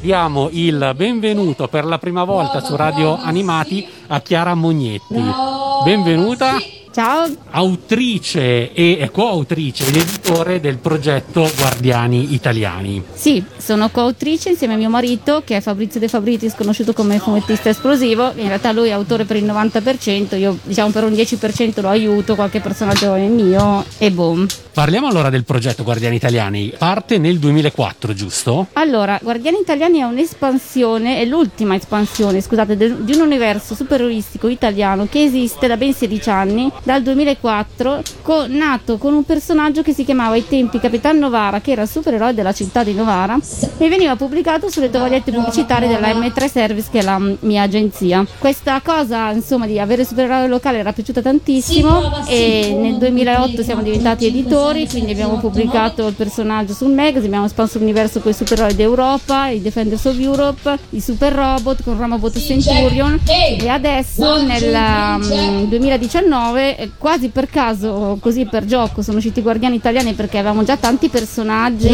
diamo il benvenuto per la prima volta su Radio Animati a Chiara Mognetti. Benvenuta. Ciao. Autrice e coautrice ed editore del progetto Guardiani Italiani. Sì, sono coautrice insieme a mio marito, che è Fabrizio De Fabritis, conosciuto come fumettista esplosivo. In realtà lui è autore per il 90%, io diciamo per un 10% lo aiuto, qualche personaggio è mio e boom. Parliamo allora del progetto Guardiani Italiani. Parte nel 2004, giusto? Allora, Guardiani Italiani è un'espansione, è l'ultima espansione, scusate, di un universo supereroistico italiano che esiste da ben 16 anni, dal 2004, nato con un personaggio che si chiamava ai tempi Capitan Novara, che era il supereroe della città di Novara, e veniva pubblicato sulle tovagliette pubblicitarie della M3 Service, che è la mia agenzia. Questa cosa, insomma, di avere supereroe locale era piaciuta tantissimo e nel 2008 siamo diventati editori. Quindi abbiamo pubblicato il personaggio sul magazine, abbiamo espanso l'universo con i supereroi d'Europa, i Defenders of Europe, i Super Robot con Romabot Centurion, e adesso nel 2019, quasi per caso, così per gioco, sono usciti i Guardiani Italiani, perché avevamo già tanti personaggi,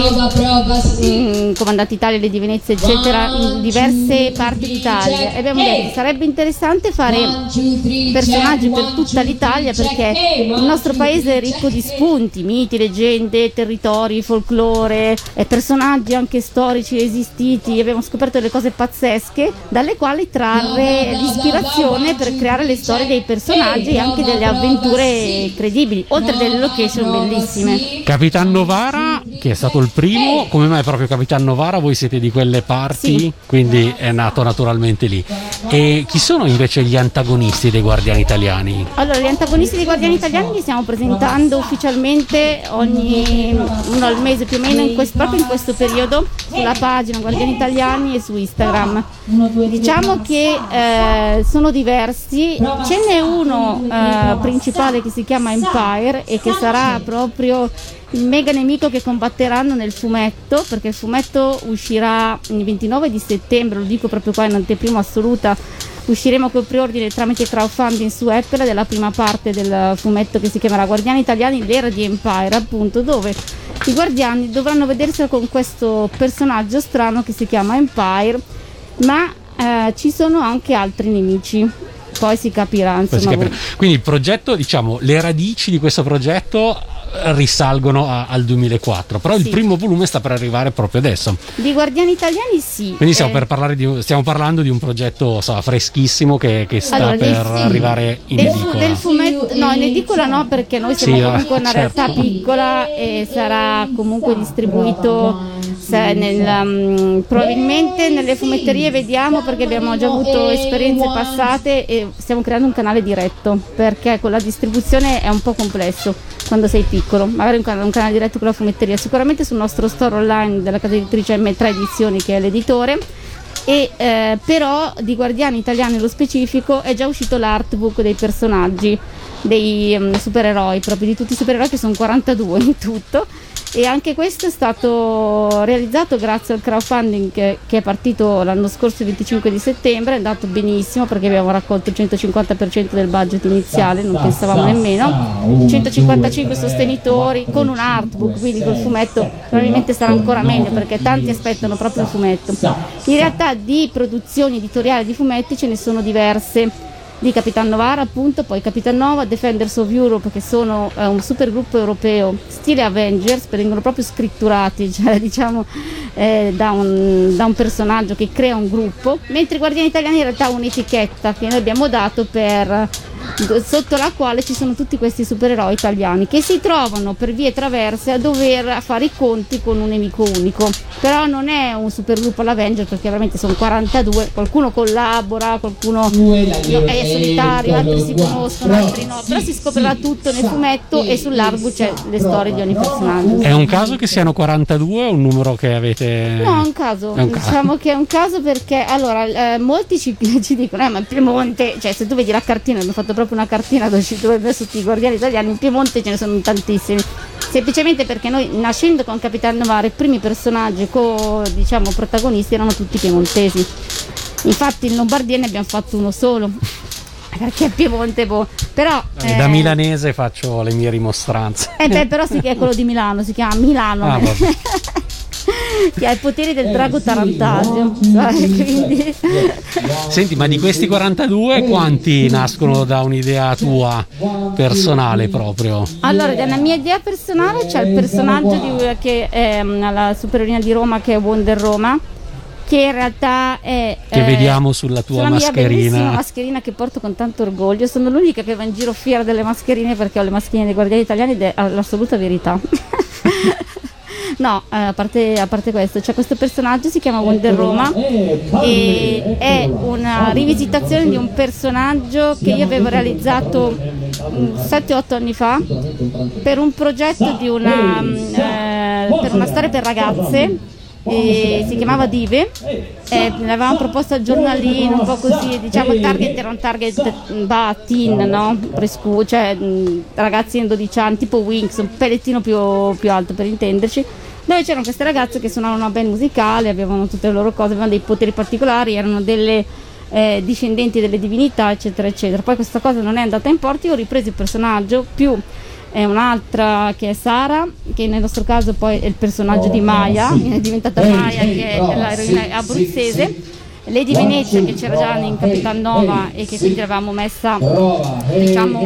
Comandante Italia, le di Venezia eccetera, in diverse parti d'Italia, e abbiamo detto sarebbe interessante fare personaggi per tutta l'Italia, perché il nostro paese è ricco di spunti, miti, leggende, territori, folklore, personaggi anche storici esistiti. Abbiamo scoperto delle cose pazzesche dalle quali trarre l'ispirazione per creare le storie dei personaggi e anche delle avventure credibili, oltre a delle location bellissime. Capitan Novara, che è stato il primo, come mai proprio Capitan Novara? Voi siete di quelle parti? Sì. Quindi è nato naturalmente lì. E chi sono invece gli antagonisti dei Guardiani Italiani? Allora, gli antagonisti dei Guardiani Italiani li stiamo presentando ufficialmente ogni uno al mese più o meno, proprio in questo periodo, sulla pagina Guardiani Italiani e su Instagram. Diciamo che sono diversi, ce n'è uno principale che si chiama Empire e che sarà proprio il mega nemico che combatteranno nel fumetto, perché il fumetto uscirà il 29 di settembre, lo dico proprio qua in anteprima assoluta. Usciremo col preordine tramite crowdfunding su Apple della prima parte del fumetto, che si chiamerà Guardiani Italiani, l'era di Empire, appunto, dove i guardiani dovranno vedersela con questo personaggio strano che si chiama Empire, ma ci sono anche altri nemici. Poi si capirà, insomma. Quindi il progetto, diciamo, le radici di questo progetto risalgono al 2004, però sì. Il primo volume sta per arrivare proprio adesso. Di Guardiani Italiani sì. Quindi stiamo parlando di un progetto freschissimo che sta arrivare in edicola. Del fumetto, no, in edicola no, perché noi siamo comunque una realtà piccola e sarà comunque distribuito probabilmente nelle fumetterie, vediamo, perché abbiamo già avuto esperienze passate e stiamo creando un canale diretto, perché con la distribuzione è un po' complesso quando sei piccolo, magari un canale diretto con la fumetteria, sicuramente sul nostro store online della casa editrice M3 Edizioni, che è l'editore, e però di Guardiani Italiani nello specifico è già uscito l'artbook dei personaggi, dei supereroi, proprio di tutti i supereroi, che sono 42 in tutto, e anche questo è stato realizzato grazie al crowdfunding che è partito l'anno scorso il 25 di settembre, è andato benissimo perché abbiamo raccolto il 150% del budget iniziale, non pensavamo nemmeno, 155 sostenitori con un artbook, quindi col fumetto probabilmente sarà ancora meglio, perché tanti aspettano proprio il fumetto. In realtà di produzioni editoriali di fumetti ce ne sono diverse, di Capitan Novara appunto, poi Capitan Nova, Defenders of Europe, che sono un super gruppo europeo stile Avengers, vengono proprio scritturati, cioè diciamo da un personaggio che crea un gruppo, mentre i Guardiani Italiani in realtà è un'etichetta che noi abbiamo dato sotto la quale ci sono tutti questi supereroi italiani che si trovano per vie traverse a dover fare i conti con un nemico unico, però non è un supergruppo all'Avenger, perché veramente sono 42, qualcuno collabora, qualcuno è solitario, altri si conoscono, altri no, però si scoprirà tutto nel fumetto e sull'artbook c'è le storie di ogni personaggio. È un caso che siano 42 o un numero che avete? No, è un caso. Diciamo che è un caso, perché allora molti ci dicono ma in Piemonte, cioè se tu vedi la cartina, abbiamo fatto proprio una cartina dove ho messo tutti i Guardiani Italiani, in Piemonte ce ne sono tantissimi, semplicemente perché noi, nascendo con Capitan Novara, i primi personaggi diciamo protagonisti erano tutti piemontesi, infatti in Lombardia ne abbiamo fatto uno solo, perché è Piemonte, però da milanese faccio le mie rimostranze. Però sì, che è quello di Milano, si chiama Milano. che ha i poteri del drago Tarantasio, quindi... Senti, ma di questi 42 quanti nascono da un'idea tua personale proprio? Allora, da una mia idea personale c'è il personaggio che è alla Superiorità di Roma, che è Wonder Roma, che in realtà è che vediamo sulla tua mascherina, mia bellissima mascherina che porto con tanto orgoglio. Sono l'unica che va in giro fiera delle mascherine, perché ho le mascherine dei Guardiani Italiani ed è l'assoluta verità. No, a parte questo, c'è questo personaggio, si chiama Wonder Roma, e è una rivisitazione di un personaggio che io avevo realizzato 7-8 anni fa per un progetto di per una storia per ragazze. Si chiamava Dive, l'avevamo proposto al giornalino, un po' così, diciamo. Il target era un target teen, no? Preschool, cioè ragazzi in 12 anni, tipo Winx, un pellettino più alto per intenderci, dove c'erano queste ragazze che suonavano una band musicale, avevano tutte le loro cose, avevano dei poteri particolari, erano delle discendenti delle divinità, eccetera eccetera. Poi questa cosa non è andata in porto, io ho ripreso il personaggio più un'altra che è Sara, che nel nostro caso poi è il personaggio di Maya, è diventata Maya, che è l'eroina abruzzese. Lady Venezia, che c'era già in Capitan Nova e che quindi l'avevamo messa, diciamo,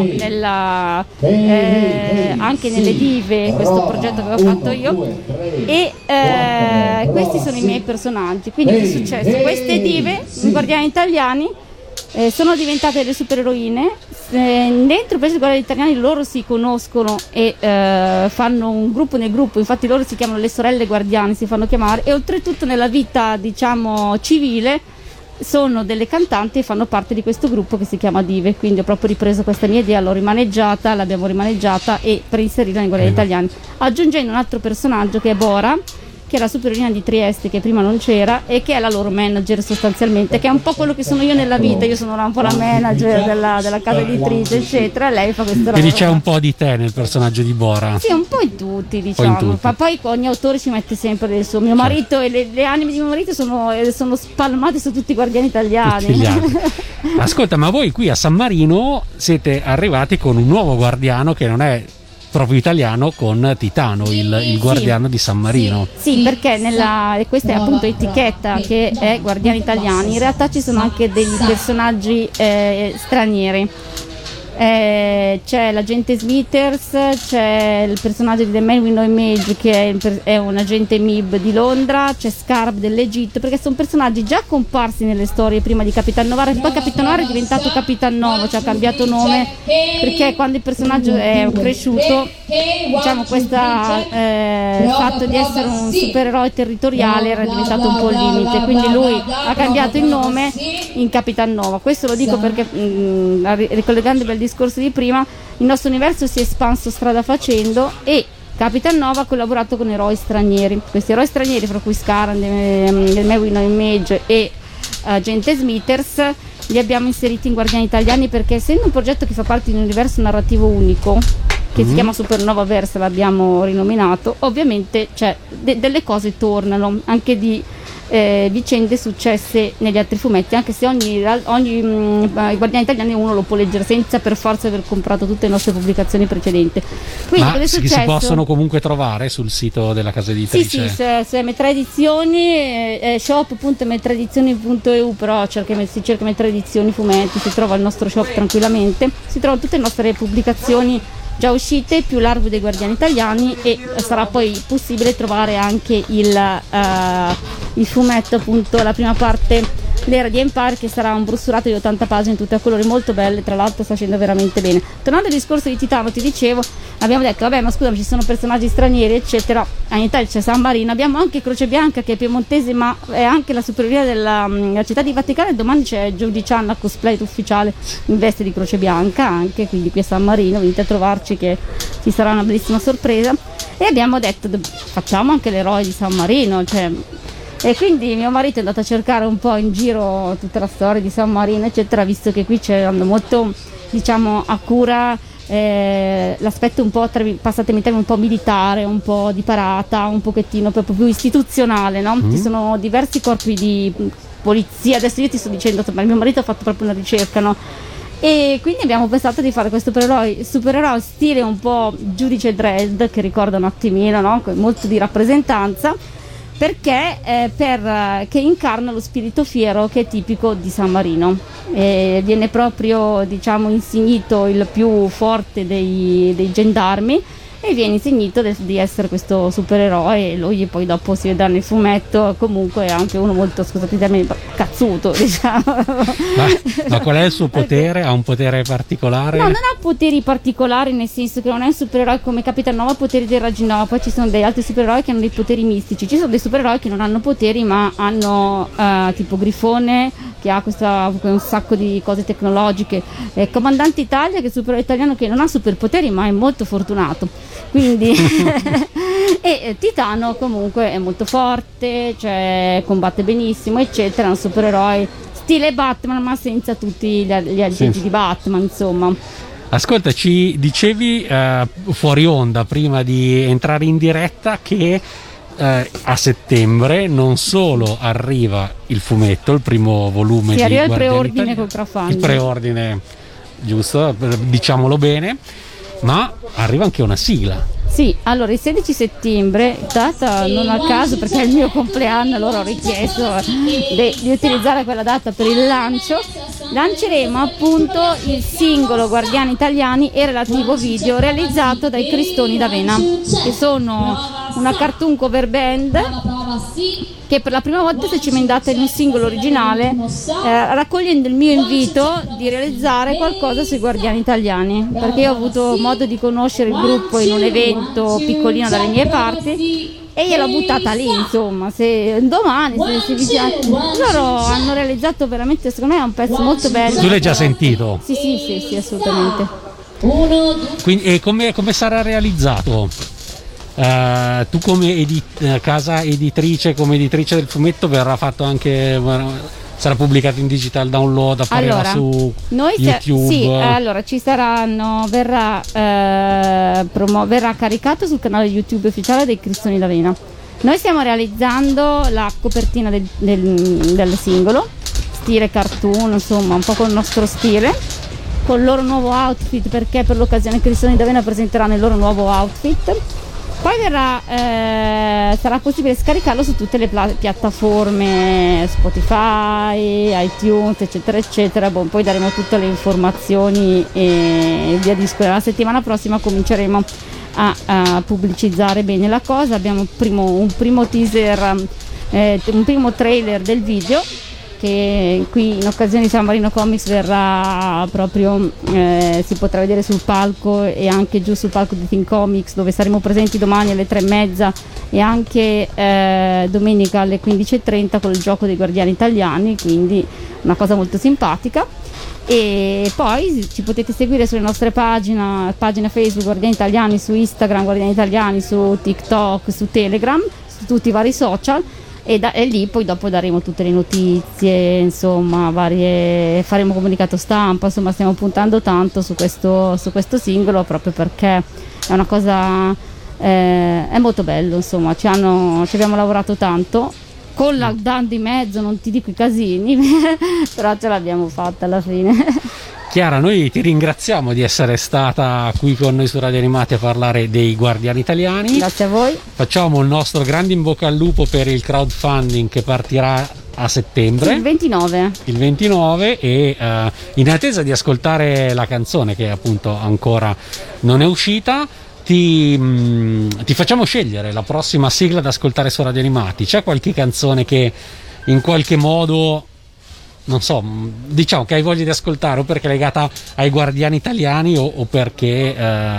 anche nelle dive, questo progetto che avevo fatto io, e questi sono i miei personaggi. Quindi che è successo? Queste dive, i Guardiani Italiani, sono diventate delle supereroine. Dentro invece i Guardiani Italiani loro si conoscono e fanno un gruppo nel gruppo, infatti loro si chiamano le sorelle guardiane, si fanno chiamare, e oltretutto nella vita, diciamo, civile sono delle cantanti e fanno parte di questo gruppo che si chiama Dive. Quindi ho proprio ripreso questa mia idea, l'abbiamo rimaneggiata e per inserirla nei Guardiani Italiani, aggiungendo un altro personaggio che è Bora, che è la supereroina di Trieste, che prima non c'era, e che è la loro manager sostanzialmente, che è un po' quello che sono io nella vita. Io sono un po' la manager della casa editrice, eccetera, e lei fa questo lavoro. Quindi c'è un po' di te nel personaggio di Bora. Sì, un po' in tutti, diciamo. Ma poi ogni autore ci mette sempre del suo. Mio marito e le anime di mio marito sono spalmate su tutti i Guardiani Italiani. Tutti gli altri. Ascolta, ma voi qui a San Marino siete arrivati con un nuovo guardiano che non è proprio italiano, con Titano, il guardiano di San Marino. Sì, perché questa è appunto etichetta che è Guardiani Italiani. In realtà ci sono anche dei personaggi stranieri. C'è l'agente Smithers, c'è il personaggio di The Man with No Image, che è un agente MIB di Londra, c'è Scarab dell'Egitto, perché sono personaggi già comparsi nelle storie prima di Capitan Novara, e poi Capitan Novara è diventato Capitan Novo, cioè ha cambiato nome, perché quando il personaggio è cresciuto, diciamo, questo fatto di essere un supereroe territoriale era diventato un po' il limite, quindi lui ha cambiato il nome in Capitan Nova. Questo lo dico perché ricollegandomi al discorso di prima, il nostro universo si è espanso strada facendo e Capitan Nova ha collaborato con eroi stranieri. Questi eroi stranieri, fra cui Scaran, The Man with No Image e Agente Smithers, li abbiamo inseriti in Guardiani Italiani perché, essendo un progetto che fa parte di un universo narrativo unico che si chiama Supernova Verse, l'abbiamo rinominato, ovviamente delle cose tornano, anche di vicende successe negli altri fumetti, anche se ogni Guardiani Italiani uno lo può leggere senza per forza aver comprato tutte le nostre pubblicazioni precedenti. Quindi, ma si possono comunque trovare sul sito della casa editrice? Sì, su M3 Edizioni, shop.m3edizioni.eu, però si cerca M3 Edizioni Fumetti, si trova il nostro shop tranquillamente, si trovano tutte le nostre pubblicazioni già uscite più l'album dei Guardiani Italiani, e sarà poi possibile trovare anche il fumetto, appunto la prima parte, l'era di Empire, che sarà un brossurato di 80 pagine tutte a colori, molto belle, tra l'altro sta facendo veramente bene. Tornando al discorso di Titano, ti dicevo, abbiamo detto vabbè, ma scusami, ci sono personaggi stranieri eccetera, in Italia c'è San Marino, abbiamo anche Croce Bianca che è piemontese ma è anche la superiorità della città di Vaticano, e domani c'è Jodie Chan, la cosplay ufficiale in veste di Croce Bianca anche, quindi qui a San Marino venite a trovarci che ci sarà una bellissima sorpresa. E abbiamo detto facciamo anche l'eroe di San Marino, e quindi mio marito è andato a cercare un po' in giro tutta la storia di San Marino eccetera, visto che qui c'è molto, diciamo, a cura l'aspetto un po', passatemi il termine, un po' militare, un po' di parata, un pochettino proprio più istituzionale, no? Ci sono diversi corpi di polizia, adesso io ti sto dicendo, ma mio marito ha fatto proprio una ricerca, no? E quindi abbiamo pensato di fare questo supereroe stile un po' Giudice Dredd, che ricorda un attimino, no? Molto di rappresentanza, perché che incarna lo spirito fiero che è tipico di San Marino. Viene proprio, diciamo, insignito il più forte dei gendarmi e viene insignito di essere questo supereroe, e lui poi dopo si vedrà nel fumetto comunque è anche uno molto, scusate il termine, cazzuto, diciamo. Ma qual è il suo potere? Ha un potere particolare? No, non ha poteri particolari, nel senso che non è un supereroe come Capitan Nova, poteri dei raggi Nova. Poi ci sono degli altri supereroi che hanno dei poteri mistici, ci sono dei supereroi che non hanno poteri ma hanno tipo Grifone, che ha un sacco di cose tecnologiche, Comandante Italia, che è il supereroe italiano che non ha superpoteri ma è molto fortunato, quindi e Titano comunque è molto forte, cioè combatte benissimo eccetera, è un supereroe stile Batman ma senza tutti gli agenti di Batman, insomma. Ascolta, ci dicevi fuori onda prima di entrare in diretta che a settembre non solo arriva il fumetto, il primo volume, arriva di il preordine Italiani, col crowdfunding. il preordine, giusto, diciamolo bene, ma arriva anche una sigla. Sì, allora il 16 settembre, data non a caso perché è il mio compleanno, allora ho richiesto di utilizzare quella data per il lancio, lanceremo appunto il singolo Guardiani Italiani e relativo video realizzato dai Cristoni d'Avena, che sono una cartoon cover band che per la prima volta si è cimentata in un singolo originale, raccogliendo il mio invito di realizzare qualcosa sui Guardiani Italiani, perché io ho avuto modo di conoscere il gruppo in un evento piccolino dalle mie parti e gliel'ho buttata lì, insomma, se domani loro hanno realizzato veramente, secondo me è un pezzo molto bello. Tu l'hai già sentito? Sì, assolutamente. Quindi, e come sarà realizzato? Tu come casa editrice, come editrice del fumetto, verrà fatto anche, sarà pubblicato in digital download, apparirà su YouTube? Sì, allora ci saranno, verrà caricato sul canale YouTube ufficiale dei Cristoni d'Avena. Noi stiamo realizzando la copertina del singolo, stile cartoon, insomma un po' con il nostro stile, con il loro nuovo outfit, perché per l'occasione Cristoni d'Avena presenteranno il loro nuovo outfit. Poi sarà possibile scaricarlo su tutte le piattaforme, Spotify, iTunes, eccetera eccetera. Poi daremo tutte le informazioni e via discorrendo. La settimana prossima cominceremo a pubblicizzare bene la cosa. Abbiamo un primo teaser, un primo trailer del video, che qui in occasione di San Marino Comics verrà proprio, si potrà vedere sul palco e anche giù sul palco di Team Comics, dove saremo presenti domani alle 3:30 e anche domenica alle 15:30 con il gioco dei Guardiani Italiani, quindi una cosa molto simpatica. E poi ci potete seguire sulle nostre pagine Facebook Guardiani Italiani, su Instagram Guardiani Italiani, su TikTok, su Telegram, su tutti i vari social. E lì poi dopo daremo tutte le notizie, insomma, faremo comunicato stampa, insomma stiamo puntando tanto su questo singolo, proprio perché è una cosa, è molto bello, insomma, ci abbiamo lavorato tanto, con lockdown di mezzo, non ti dico i casini, però ce l'abbiamo fatta alla fine. Chiara, noi ti ringraziamo di essere stata qui con noi su Radio Animati a parlare dei Guardiani Italiani. Grazie a voi. Facciamo il nostro grande in bocca al lupo per il crowdfunding che partirà a settembre. Il 29. Il 29 e in attesa di ascoltare la canzone che appunto ancora non è uscita, ti facciamo scegliere la prossima sigla da ascoltare su Radio Animati. C'è qualche canzone che in qualche modo, non so, diciamo che hai voglia di ascoltare, o perché è legata ai Guardiani Italiani o perché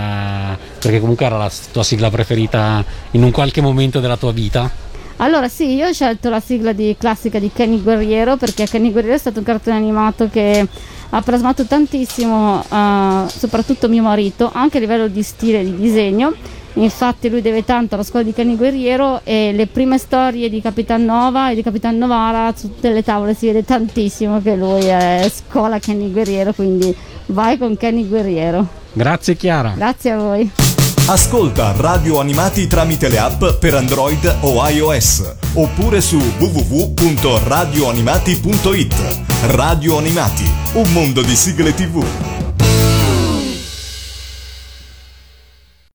comunque era la tua sigla preferita in un qualche momento della tua vita? Allora sì, io ho scelto la sigla classica di Kenny Guerriero, perché Kenny Guerriero è stato un cartone animato che ha plasmato tantissimo, soprattutto mio marito, anche a livello di stile e di disegno. Infatti lui deve tanto alla scuola di Kenny Guerriero, e le prime storie di Capitan Nova e di Capitan Novara su tutte le tavole si vede tantissimo che lui è scuola Kenny Guerriero, quindi vai con Kenny Guerriero. Grazie Chiara. Grazie a voi. Ascolta Radio Animati tramite le app per Android o iOS, oppure su www.radioanimati.it. Radio Animati, un mondo di sigle TV.